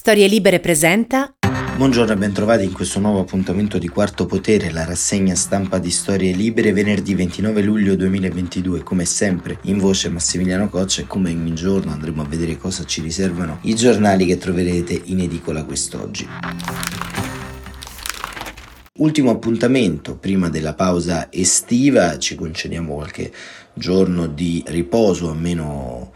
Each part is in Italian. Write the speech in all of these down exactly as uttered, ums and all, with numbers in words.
Storie Libere presenta. Buongiorno e bentrovati in questo nuovo appuntamento di Quarto Potere, la rassegna stampa di Storie Libere, venerdì ventinove luglio duemilaventidue. Come sempre in voce Massimiliano Coccia e come ogni giorno andremo a vedere cosa ci riservano i giornali che troverete in edicola quest'oggi. Ultimo appuntamento prima della pausa estiva, ci concediamo qualche giorno di riposo, a meno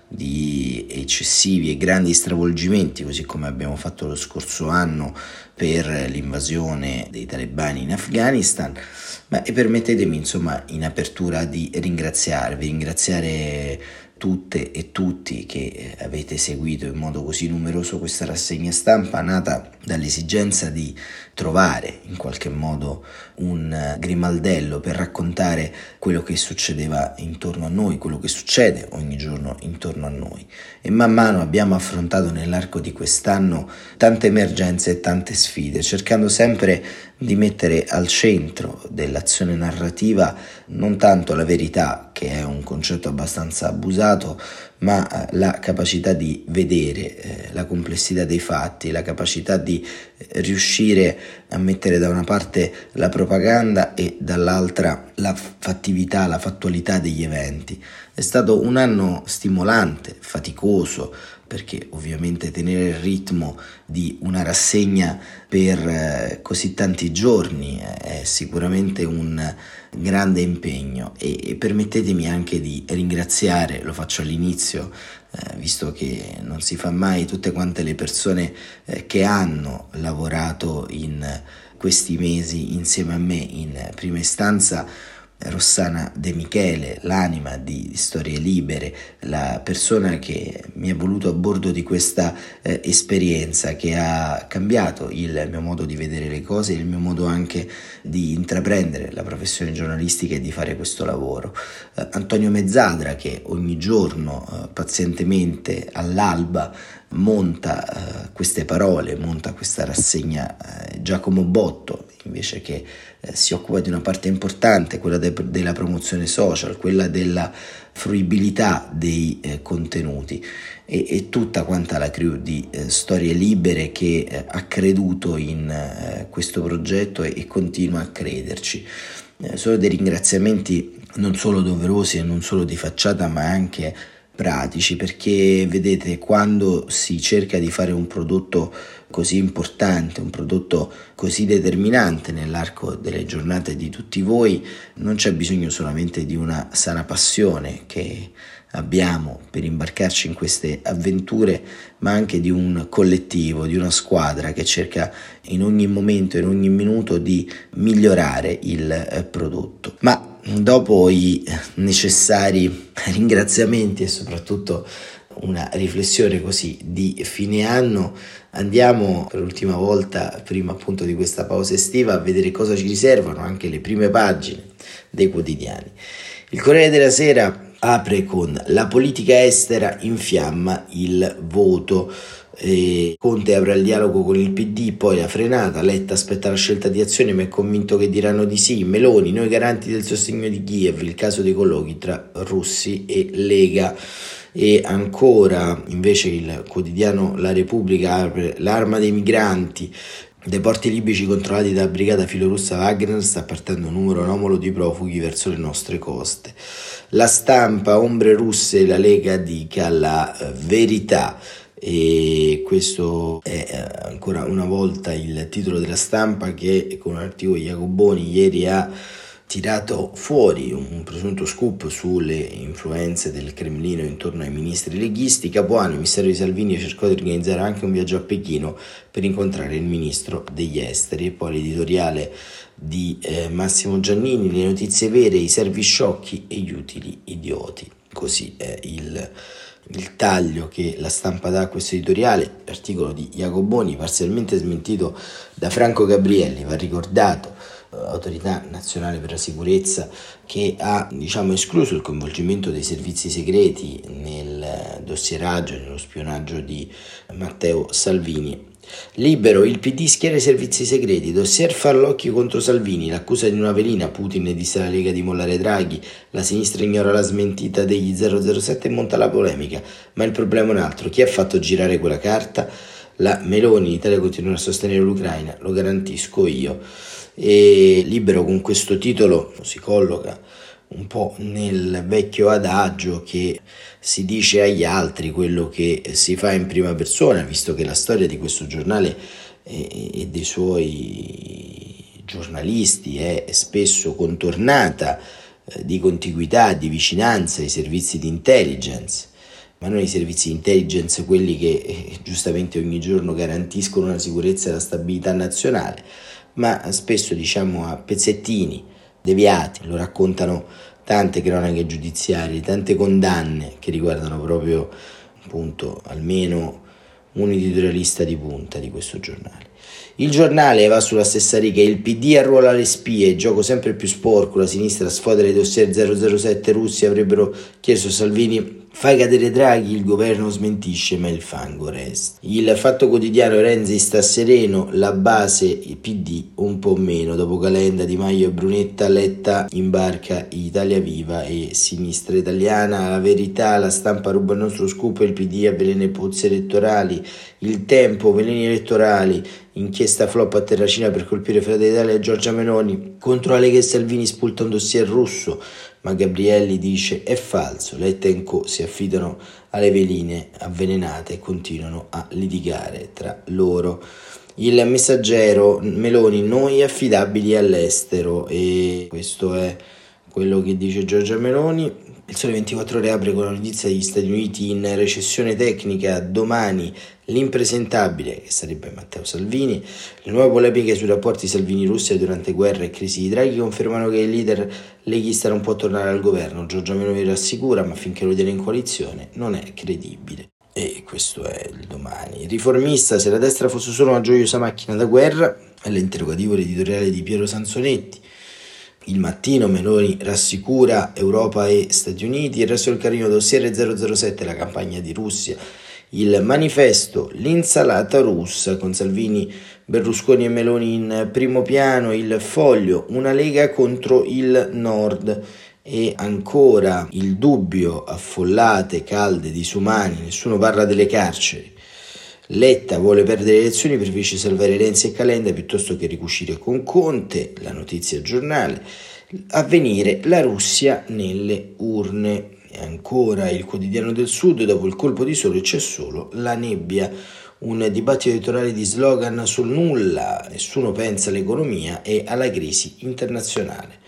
di eccessivi e grandi stravolgimenti, così come abbiamo fatto lo scorso anno per l'invasione dei talebani in Afghanistan. Ma e permettetemi insomma in apertura di ringraziarvi, ringraziare tutte e tutti che avete seguito in modo così numeroso questa rassegna stampa, nata dall'esigenza di trovare in qualche modo un grimaldello per raccontare quello che succedeva intorno a noi, quello che succede ogni giorno intorno a noi. E man mano abbiamo affrontato nell'arco di quest'anno tante emergenze e tante sfide, cercando sempre di mettere al centro dell'azione narrativa non tanto la verità, che è un concetto abbastanza abusato, ma la capacità di vedere eh, la complessità dei fatti, la capacità di eh, riuscire a mettere da una parte la propaganda e dall'altra la fattività, la fattualità degli eventi. È stato un anno stimolante, faticoso, perché ovviamente tenere il ritmo di una rassegna per eh, così tanti giorni è sicuramente un grande impegno e, e permettetemi anche di ringraziare, lo faccio all'inizio, eh, visto che non si fa mai, tutte quante le persone eh, che hanno lavorato in questi mesi insieme a me. In prima istanza Rossana De Michele, l'anima di Storie Libere, la persona che mi ha voluto a bordo di questa eh, esperienza che ha cambiato il mio modo di vedere le cose, il mio modo anche di intraprendere la professione giornalistica e di fare questo lavoro. Eh, Antonio Mezzadra, che ogni giorno eh, pazientemente all'alba monta uh, queste parole, monta questa rassegna, uh, Giacomo Botto invece che uh, si occupa di una parte importante, quella de- della promozione social, quella della fruibilità dei uh, contenuti e-, e tutta quanta la crew di uh, Storie Libere che uh, ha creduto in uh, questo progetto e-, e continua a crederci. Uh, sono dei ringraziamenti non solo doverosi e non solo di facciata, ma anche pratici, perché vedete, quando si cerca di fare un prodotto così importante, un prodotto così determinante nell'arco delle giornate di tutti voi, non c'è bisogno solamente di una sana passione che abbiamo per imbarcarci in queste avventure, ma anche di un collettivo, di una squadra che cerca in ogni momento, in ogni minuto di migliorare il prodotto. Ma dopo i necessari ringraziamenti e soprattutto una riflessione così di fine anno, andiamo per l'ultima volta, prima appunto di questa pausa estiva, a vedere cosa ci riservano anche le prime pagine dei quotidiani. Il Corriere della Sera apre con: la politica estera infiamma il voto. E Conte apre il dialogo con il P D, poi la frenata. Letta aspetta la scelta di Azione ma è convinto che diranno di sì. Meloni: noi garanti del sostegno di Kiev, il caso dei colloqui tra russi e Lega. E ancora invece il quotidiano La Repubblica apre: l'arma dei migranti, dai porti libici controllati dalla brigata filorussa Wagner sta partendo un numero anomalo di profughi verso le nostre coste. La Stampa: ombre russe, la Lega dica la verità. E questo è ancora una volta il titolo della Stampa, che con un articolo di Jacoboni ieri ha tirato fuori un presunto scoop sulle influenze del Cremlino intorno ai ministri leghisti. Capuano: il ministero di Salvini cercò di organizzare anche un viaggio a Pechino per incontrare il ministro degli esteri. E poi l'editoriale di eh, Massimo Giannini: le notizie vere, i servi sciocchi e gli utili idioti. Così è il il taglio che la Stampa dà a questo editoriale, articolo di Jacoboni parzialmente smentito da Franco Gabrielli. Va ricordato, Autorità Nazionale per la Sicurezza, che ha diciamo escluso il coinvolgimento dei servizi segreti nel dossieraggio, nello spionaggio di Matteo Salvini. Libero: il P D schiera i servizi segreti, dossier farlocchi contro Salvini, l'accusa di una velina, Putin disse alla Lega di mollare Draghi, la sinistra ignora la smentita degli zero zero sette e monta la polemica, ma il problema è un altro: chi ha fatto girare quella carta? la Meloni, l'Italia continua a sostenere l'Ucraina, lo garantisco io. E Libero con questo titolo si colloca un po' nel vecchio adagio che si dice agli altri quello che si fa in prima persona, visto che la storia di questo giornale e dei suoi giornalisti è spesso contornata di contiguità, di vicinanza ai servizi di intelligence, ma non i servizi di intelligence quelli che eh, giustamente ogni giorno garantiscono la sicurezza e la stabilità nazionale, ma spesso diciamo a pezzettini deviati. Lo raccontano tante cronache giudiziarie, tante condanne che riguardano proprio appunto almeno un editorialista di punta di questo giornale. Il giornale va sulla stessa riga, il P D arruola le spie, gioco sempre più sporco, la sinistra sfodera i dossier zero zero sette russi, avrebbero chiesto a Salvini fai cadere Draghi, il governo smentisce ma il fango resta. Il Fatto Quotidiano, Renzi sta sereno, la base il P D un po' meno, dopo Calenda, Di Maio e Brunetta, Letta imbarca Italia Viva e Sinistra Italiana. La Verità, la Stampa ruba il nostro scoop, il P D avvelena i pozzi elettorali, Il Tempo, veleni elettorali, inchiesta flop a Terracina per colpire Fratelli d'Italia e Giorgia Meloni, contro la Lega e Salvini spulta un dossier russo, ma Gabrielli dice è falso, Letta e Co si affidano alle veline avvelenate e continuano a litigare tra loro. Il Messaggero, Meloni, noi affidabili all'estero, e questo è quello che dice Giorgia Meloni. Il Sole ventiquattro Ore apre con la notizia degli Stati Uniti in recessione tecnica, domani l'impresentabile, che sarebbe Matteo Salvini, le nuove polemiche sui rapporti Salvini-Russia durante guerra e crisi di Draghi confermano che il leader leghista non può tornare al governo. Giorgia Meloni rassicura, ma finché lo tiene in coalizione non è credibile. E questo è il Domani. Il Riformista, se la destra fosse solo una gioiosa macchina da guerra, è l'interrogativo editoriale di Piero Sansonetti. Il Mattino, Meloni rassicura Europa e Stati Uniti, il Resto del Carlino, dossier zero zero sette, la campagna di Russia. Il Manifesto, l'insalata russa, con Salvini, Berlusconi e Meloni in primo piano. Il Foglio, una Lega contro il Nord. E ancora Il Dubbio, affollate, calde, disumani, nessuno parla delle carceri. Letta vuole perdere le elezioni, preferisce salvare Renzi e Calenda piuttosto che ricucire con Conte. La Notizia Giornale, Avvenire, la Russia nelle urne. E ancora Il Quotidiano del Sud, dopo il colpo di sole c'è solo la nebbia. Un dibattito elettorale di slogan sul nulla, nessuno pensa all'economia e alla crisi internazionale.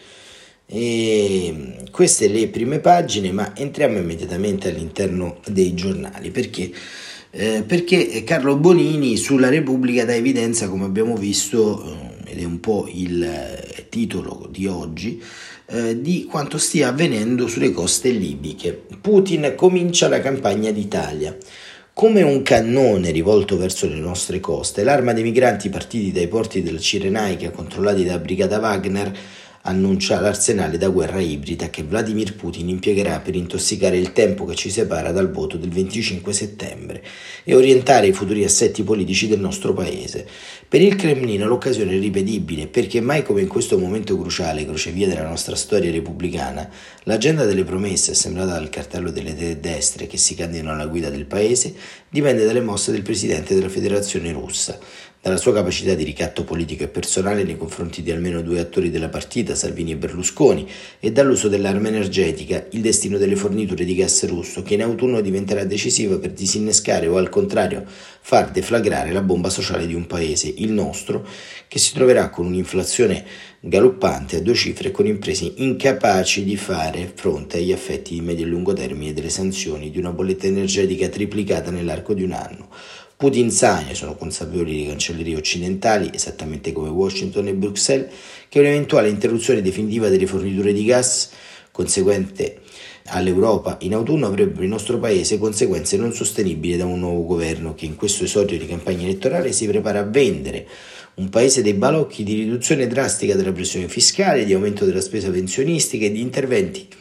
E queste le prime pagine, ma entriamo immediatamente all'interno dei giornali, perché Eh, perché Carlo Bonini sulla Repubblica dà evidenza, come abbiamo visto, eh, ed è un po' il eh, titolo di oggi, eh, di quanto stia avvenendo sulle coste libiche. Putin comincia la campagna d'Italia. Come un cannone rivolto verso le nostre coste, l'arma dei migranti partiti dai porti della Cirenaica controllati dalla brigata Wagner annuncia l'arsenale da guerra ibrida che Vladimir Putin impiegherà per intossicare il tempo che ci separa dal voto del venticinque settembre e orientare i futuri assetti politici del nostro paese. Per il Cremlino l'occasione è irripetibile, perché mai come in questo momento cruciale, crocevia della nostra storia repubblicana, l'agenda delle promesse, assemblata dal cartello delle tre destre che si candidano alla guida del paese, dipende dalle mosse del presidente della Federazione Russa, dalla sua capacità di ricatto politico e personale nei confronti di almeno due attori della partita, Salvini e Berlusconi, e dall'uso dell'arma energetica, il destino delle forniture di gas russo, che in autunno diventerà decisiva per disinnescare o al contrario far deflagrare la bomba sociale di un paese, il nostro, che si troverà con un'inflazione galoppante a due cifre e con imprese incapaci di fare fronte agli effetti di medio e lungo termine delle sanzioni di una bolletta energetica triplicata nell'arco di un anno. Putin sa, ne sono consapevoli le cancellerie occidentali, esattamente come Washington e Bruxelles, che un'eventuale interruzione definitiva delle forniture di gas conseguente all'Europa in autunno avrebbe per il nostro paese conseguenze non sostenibili da un nuovo governo che in questo esordio di campagna elettorale si prepara a vendere un paese dei balocchi di riduzione drastica della pressione fiscale, di aumento della spesa pensionistica e di interventi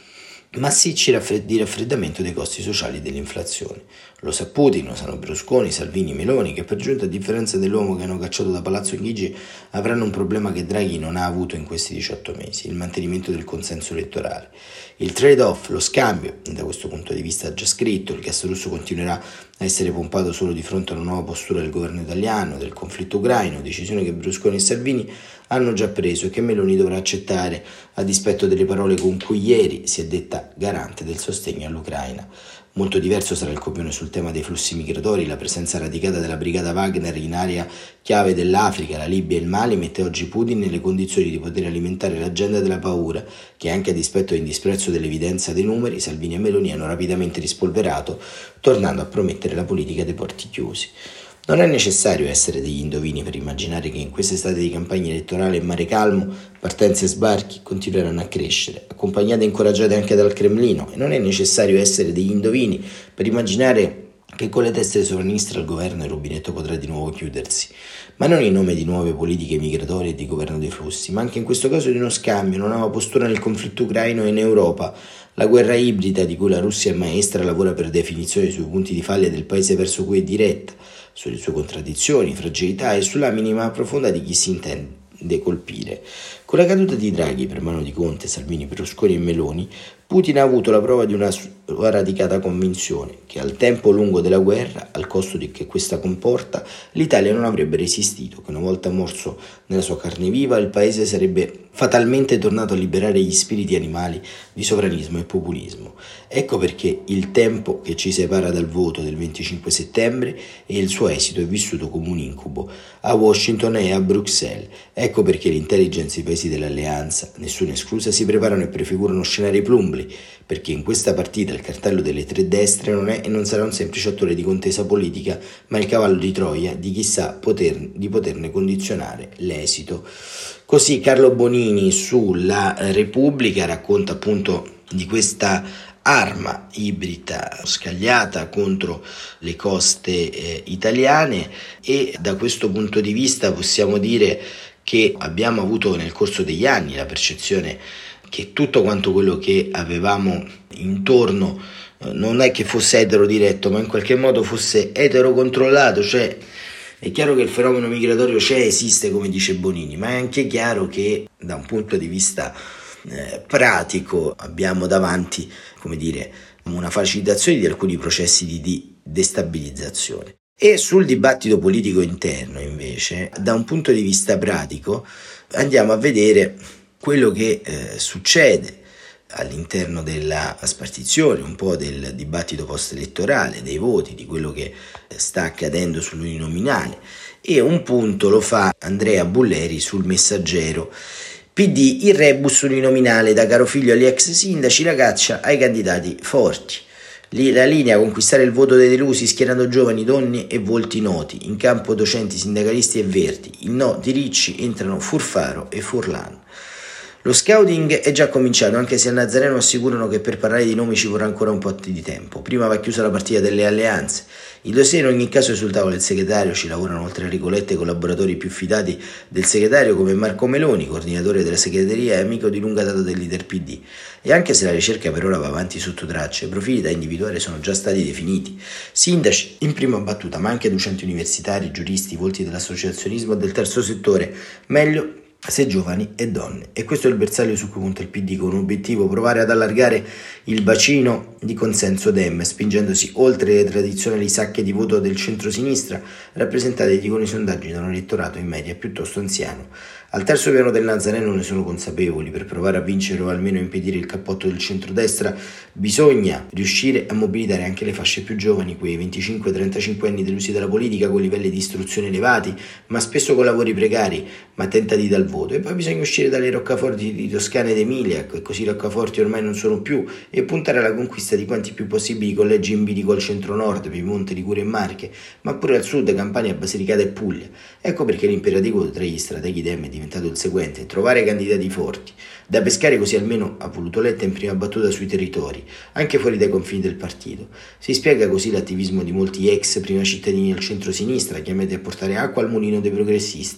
massicci raffred- di raffreddamento dei costi sociali e dell'inflazione. Lo sa Putin, lo sanno Berlusconi, Salvini, Meloni, che per giunta, a differenza dell'uomo che hanno cacciato da Palazzo Chigi, avranno un problema che Draghi non ha avuto in questi diciotto mesi, il mantenimento del consenso elettorale. Il trade-off, lo scambio, da questo punto di vista già scritto, il gas russo continuerà a essere pompato solo di fronte a una nuova postura del governo italiano, del conflitto ucraino, decisione che Berlusconi e Salvini hanno già preso e che Meloni dovrà accettare a dispetto delle parole con cui ieri si è detta garante del sostegno all'Ucraina. Molto diverso sarà il copione sul tema dei flussi migratori. La presenza radicata della brigata Wagner in area chiave dell'Africa, la Libia e il Mali mette oggi Putin nelle condizioni di poter alimentare l'agenda della paura che, anche a dispetto e in disprezzo dell'evidenza dei numeri, Salvini e Meloni hanno rapidamente rispolverato, tornando a promettere la politica dei porti chiusi. Non è necessario essere degli indovini per immaginare che in queste estate di campagna elettorale e mare calmo partenze e sbarchi continueranno a crescere, accompagnate e incoraggiate anche dal Cremlino, e non è necessario essere degli indovini per immaginare che con le teste sovraniste al governo il rubinetto potrà di nuovo chiudersi, ma non in nome di nuove politiche migratorie e di governo dei flussi, ma anche in questo caso di uno scambio, una nuova postura nel conflitto ucraino e in Europa. La guerra ibrida di cui la Russia è maestra lavora per definizione sui punti di faglia del paese verso cui è diretta, sulle sue contraddizioni, fragilità e sulla minima profonda di chi si intende colpire. Con la caduta di Draghi per mano di Conte, Salvini, Berlusconi e Meloni, Putin ha avuto la prova di una sua radicata convinzione che al tempo lungo della guerra, al costo di che questa comporta, l'Italia non avrebbe resistito, che una volta morso nella sua carne viva il paese sarebbe fatalmente tornato a liberare gli spiriti animali di sovranismo e populismo. Ecco perché il tempo che ci separa dal voto del venticinque settembre e il suo esito è vissuto come un incubo a Washington e a Bruxelles. Ecco perché l'intelligence e i paesi dell'alleanza, nessuna esclusa, si preparano e prefigurano scenari plumbli, perché in questa partita il cartello delle tre destre non è e non sarà un semplice attore di contesa politica, ma il cavallo di Troia di chi sa poter, di poterne condizionare l'esito. Così Carlo Bonini sulla Repubblica racconta appunto di questa arma ibrida scagliata contro le coste eh, italiane, e da questo punto di vista possiamo dire che abbiamo avuto nel corso degli anni la percezione che tutto quanto quello che avevamo intorno eh, non è che fosse etero diretto, ma in qualche modo fosse etero controllato, cioè è chiaro che il fenomeno migratorio c'è, esiste, come dice Bonini, ma è anche chiaro che da un punto di vista eh, pratico abbiamo davanti, come dire, una facilitazione di alcuni processi di, di destabilizzazione. E sul dibattito politico interno, invece, da un punto di vista pratico, andiamo a vedere quello che eh, succede all'interno della spartizione, un po' del dibattito post-elettorale, dei voti, di quello che sta accadendo sull'uninominale, e un punto lo fa Andrea Bulleri sul Messaggero. P D, il rebus uninominale da Carofiglio agli ex sindaci, la caccia ai candidati forti. Lì la linea, conquistare il voto dei delusi schierando giovani, donne e volti noti, in campo docenti, sindacalisti e verdi. Il no di Ricci, entrano Furfaro e Furlan. Lo scouting è già cominciato, anche se a Nazareno assicurano che per parlare di nomi ci vorrà ancora un po' di tempo. Prima va chiusa la partita delle alleanze. Il dossier in ogni caso è sul tavolo del segretario, ci lavorano oltre a Ricoletta i collaboratori più fidati del segretario come Marco Meloni, coordinatore della segreteria e amico di lunga data del leader P D. E anche se la ricerca per ora va avanti sotto traccia, i profili da individuare sono già stati definiti. Sindaci in prima battuta, ma anche docenti universitari, giuristi, volti dell'associazionismo e del terzo settore, meglio se giovani e donne. E questo è il bersaglio su cui punta il P D, con un obiettivo: provare ad allargare il bacino di consenso Dem, spingendosi oltre le tradizionali sacche di voto del centro-sinistra, rappresentate con i sondaggi da un elettorato in media piuttosto anziano. Al terzo piano del Nazareno ne sono consapevoli: per provare a vincere o almeno impedire il cappotto del centrodestra bisogna riuscire a mobilitare anche le fasce più giovani, quei venticinque trentacinque anni delusi dalla politica, con livelli di istruzione elevati, ma spesso con lavori precari, ma tentati dal voto. E poi bisogna uscire dalle roccaforti di Toscana ed Emilia, e così roccaforti ormai non sono più, e puntare alla conquista di quanti più possibili collegi in bilico al centro-nord, Piemonte, Liguria e Marche, ma pure al sud, Campania, Basilicata e Puglia. Ecco perché l'imperativo tra gli strateghi Dem è diventato il seguente: trovare candidati forti, da pescare, così almeno ha voluto Letta in prima battuta, sui territori, anche fuori dai confini del partito. Si spiega così l'attivismo di molti ex prima cittadini del centro-sinistra, chiamati a portare acqua al mulino dei progressisti.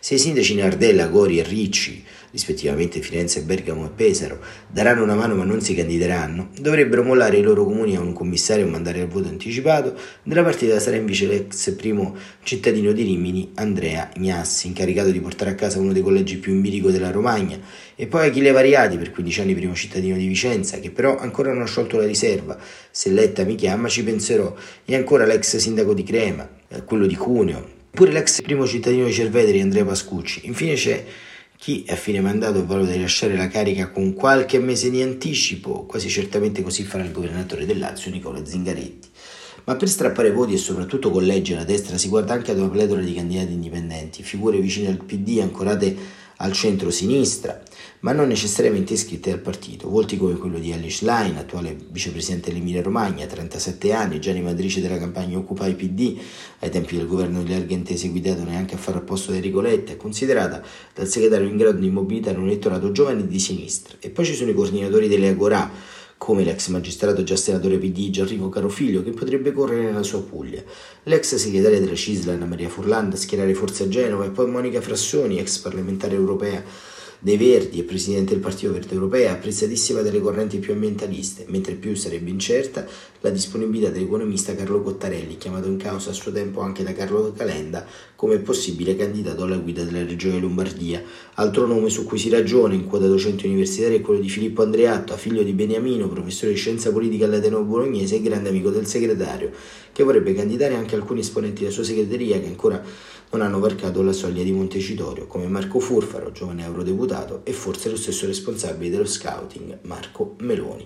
Se i sindaci Nardella, Gori e Ricci, rispettivamente Firenze, Bergamo e Pesaro, daranno una mano ma non si candideranno, dovrebbero mollare i loro comuni a un commissario e mandare al voto anticipato. Della partita sarà invece l'ex primo cittadino di Rimini, Andrea Gnassi, incaricato di portare a casa uno dei collegi più in bilico della Romagna, e poi Achille Variati, per quindici anni primo cittadino di Vicenza, che però ancora non ha sciolto la riserva. Se Letta mi chiama ci penserò. E ancora l'ex sindaco di Crema, quello di Cuneo, pure l'ex primo cittadino di Cerveteri, Andrea Pascucci. Infine c'è chi a fine mandato valuta di lasciare la carica con qualche mese di anticipo, quasi certamente così farà il governatore del Lazio, Nicola Zingaretti. Ma per strappare voti e soprattutto collegi alla destra si guarda anche ad una pletora di candidati indipendenti, figure vicine al P D ancorate al centro-sinistra, ma non necessariamente iscritte al partito. Volti come quello di Elly Schlein, attuale vicepresidente dell'Emilia Romagna, trentasette anni, già animatrice della campagna Occupy P D, ai tempi del governo di Argentese guidato neanche a fare al posto di Enrico Letta, è considerata dal segretario in grado di mobilitare un elettorato giovane di sinistra. E poi ci sono i coordinatori delle Agorà, come l'ex magistrato già senatore P D Gianrico Carofiglio, che potrebbe correre nella sua Puglia, l'ex segretaria della Cisl Anna Maria Furlan da schierare Forza Genova, e poi Monica Frassoni, ex parlamentare europea dei Verdi e presidente del Partito Verde Europea, apprezzatissima dalle correnti più ambientaliste, mentre più sarebbe incerta la disponibilità dell'economista Carlo Cottarelli, chiamato in causa a suo tempo anche da Carlo Calenda come possibile candidato alla guida della regione Lombardia. Altro nome su cui si ragiona in quota docente universitaria è quello di Filippo Andreatta, figlio di Beniamino, professore di scienza politica all'Ateneo Bolognese e grande amico del segretario, che vorrebbe candidare anche alcuni esponenti della sua segreteria che ancora non hanno varcato la soglia di Montecitorio, come Marco Furfaro, giovane eurodeputato, e forse lo stesso responsabile dello scouting, Marco Meloni.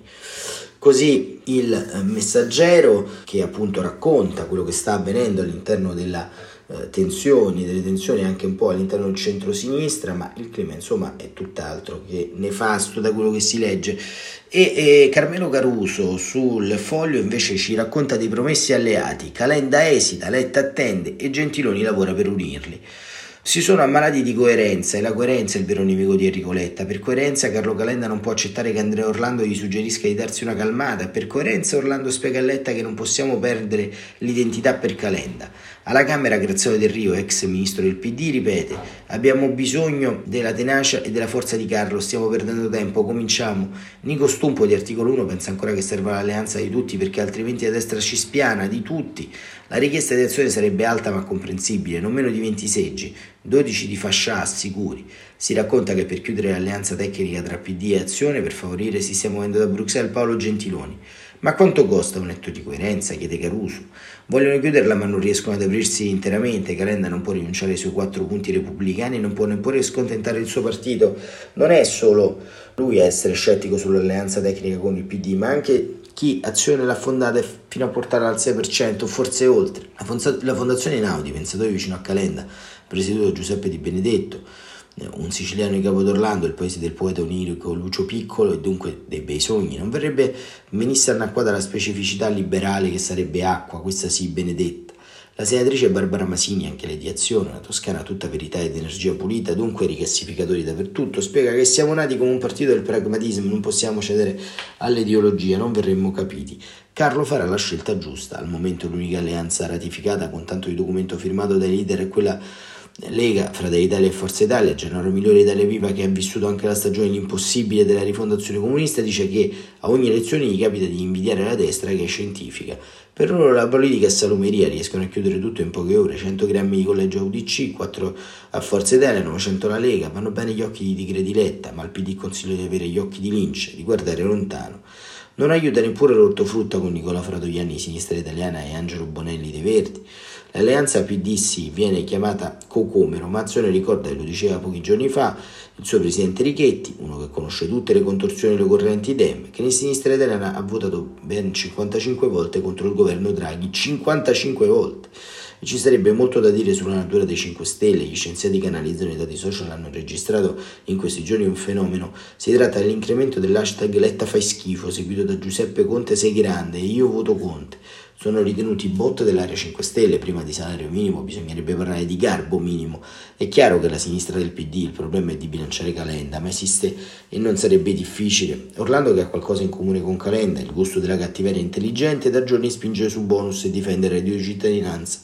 Così il Messaggero, che appunto racconta quello che sta avvenendo all'interno della eh, tensioni, delle tensioni anche un po' all'interno del centro-sinistra, ma il clima insomma è tutt'altro che nefasto da quello che si legge. E, e Carmelo Caruso sul Foglio invece ci racconta dei promessi alleati: Calenda esita, Letta attende e Gentiloni lavora per unirli. Si sono ammalati di coerenza, e la coerenza è il vero nemico di Enrico Letta. Per coerenza Carlo Calenda non può accettare che Andrea Orlando gli suggerisca di darsi una calmata. Per coerenza Orlando spiega a Letta che non possiamo perdere l'identità per Calenda. Alla Camera Graziano Del Rio, ex ministro del P D, ripete: abbiamo bisogno della tenacia e della forza di Carlo, stiamo perdendo tempo, cominciamo. Nico Stumpo di Articolo uno pensa ancora che serva l'alleanza di tutti perché altrimenti la destra ci spiana, di tutti. La richiesta di azione sarebbe alta ma comprensibile, non meno di venti seggi, dodici di fascia sicuri. Si racconta che per chiudere l'alleanza tecnica tra P D e Azione, per favorire, si stia muovendo da Bruxelles Paolo Gentiloni. Ma quanto costa un atto di coerenza? Chiede Caruso. Vogliono chiuderla ma non riescono ad aprirsi interamente. Calenda non può rinunciare ai suoi quattro punti repubblicani e non può neppure scontentare il suo partito. Non è solo lui a essere scettico sull'alleanza tecnica con il P D, ma anche chi Azione l'ha fondata fino a portarla al sei per cento, forse oltre. La, fonza- la fondazione Einaudi, pensatoio vicino a Calenda, presieduto da Giuseppe Di Benedetto, un siciliano di Capo d'Orlando, il paese del poeta onirico Lucio Piccolo e dunque dei bei sogni, non verrebbe venisse annacquata la specificità liberale che sarebbe acqua, questa sì benedetta. La senatrice Barbara Masini, anche lei di Azione, una toscana tutta verità ed energia pulita, dunque rigassificatori dappertutto, spiega che siamo nati come un partito del pragmatismo, non possiamo cedere all'ideologia, non verremmo capiti. Carlo farà la scelta giusta. Al momento l'unica alleanza ratificata con tanto di documento firmato dai leader è quella Lega, Fratelli d'Italia e Forza Italia. Gennaro Migliore Italia Viva, che ha vissuto anche la stagione dell'impossibile della rifondazione comunista, dice che a ogni elezione gli capita di invidiare la destra che è scientifica. Per loro la politica è salumeria, riescono a chiudere tutto in poche ore, cento grammi di collegio U D C, quattro a Forza Italia, novecento alla Lega, vanno bene gli occhi di Tigre di Letta, ma il P D consiglia di avere gli occhi di Lynch, di guardare lontano. Non aiuta neppure l'ortofrutta con Nicola Fratoianni di Sinistra Italiana e Angelo Bonelli dei Verdi. L'alleanza P D sì viene chiamata Cocomero, ma Azione ricorda, e lo diceva pochi giorni fa il suo presidente Richetti, uno che conosce tutte le contorsioni e le correnti Dem, che in Sinistra Italiana ha votato ben cinquantacinque volte contro il governo Draghi, cinquantacinque volte. E ci sarebbe molto da dire sulla natura dei cinque Stelle. Gli scienziati che analizzano i dati social hanno registrato in questi giorni un fenomeno. Si tratta dell'incremento dell'hashtag Letta fai schifo, seguito da Giuseppe Conte sei grande e io voto Conte. Sono ritenuti bot dell'area cinque Stelle. Prima di salario minimo bisognerebbe parlare di garbo minimo. È chiaro che la sinistra del P D il problema è di bilanciare Calenda, ma esiste e non sarebbe difficile. Orlando, che ha qualcosa in comune con Calenda, il gusto della cattiveria intelligente, da giorni spinge su bonus e difende il reddito di cittadinanza.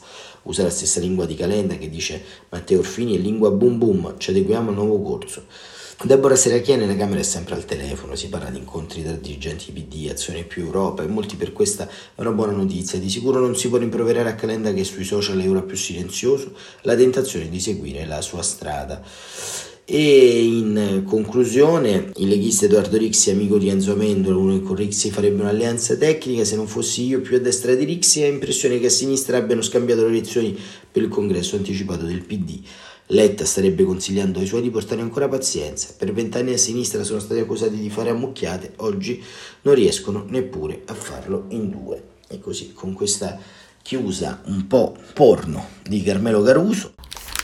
usa la stessa lingua di Calenda, che dice Matteo Orfini è lingua boom boom, ci adeguiamo al nuovo corso. Deborah Serracchiani nella Camera è sempre al telefono, si parla di incontri tra dirigenti P D, Azione più Europa, e molti per questa è una buona notizia. Di sicuro non si può rimproverare a Calenda, che sui social è ora più silenzioso, la tentazione di seguire la sua strada. E in conclusione, il leghista Edoardo Rixi, amico di Enzo Amendola, uno che con Rixi farebbe un'alleanza tecnica. Se non fossi io più a destra di Rixi, ha impressione che a sinistra abbiano scambiato le elezioni per il congresso anticipato del P D. Letta starebbe consigliando ai suoi di portare ancora pazienza. Per vent'anni a sinistra sono stati accusati di fare ammucchiate, oggi non riescono neppure a farlo in due. E così, con questa chiusa un po' porno di Carmelo Caruso,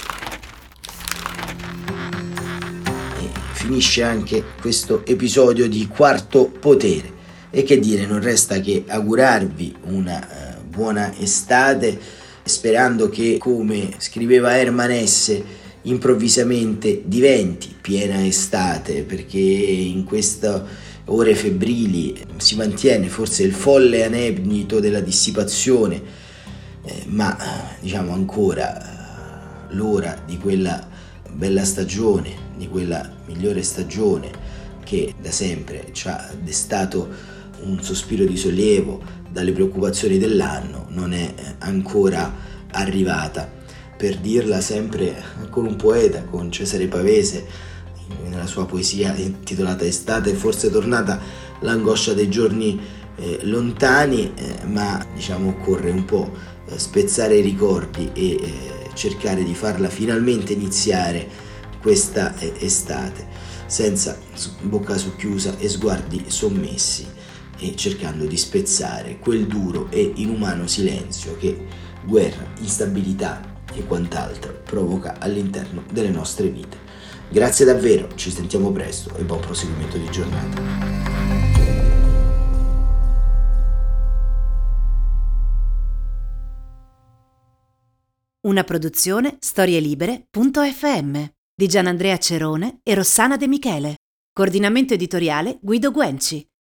finisce anche questo episodio di Quarto Potere. E che dire, non resta che augurarvi una uh, buona estate, sperando che, come scriveva Herman Hesse, improvvisamente diventi piena estate, perché in queste ore febbrili si mantiene forse il folle anebdoto della dissipazione, eh, ma diciamo ancora eh, l'ora di quella bella stagione, di quella migliore stagione che da sempre ci ha destato un sospiro di sollievo dalle preoccupazioni dell'anno, non è ancora arrivata. Per dirla sempre con un poeta, con Cesare Pavese, nella sua poesia intitolata Estate, forse è tornata l'angoscia dei giorni eh, lontani, eh, ma diciamo occorre un po' spezzare i ricordi e eh, cercare di farla finalmente iniziare questa eh, estate, senza bocca socchiusa e sguardi sommessi, e cercando di spezzare quel duro e inumano silenzio che guerra, instabilità e quant'altro provoca all'interno delle nostre vite. Grazie davvero, ci sentiamo presto e buon proseguimento di giornata. Una produzione storielibere punto effe emme di Gianandrea Cerone e Rossana De Michele. Coordinamento editoriale Guido Guenci.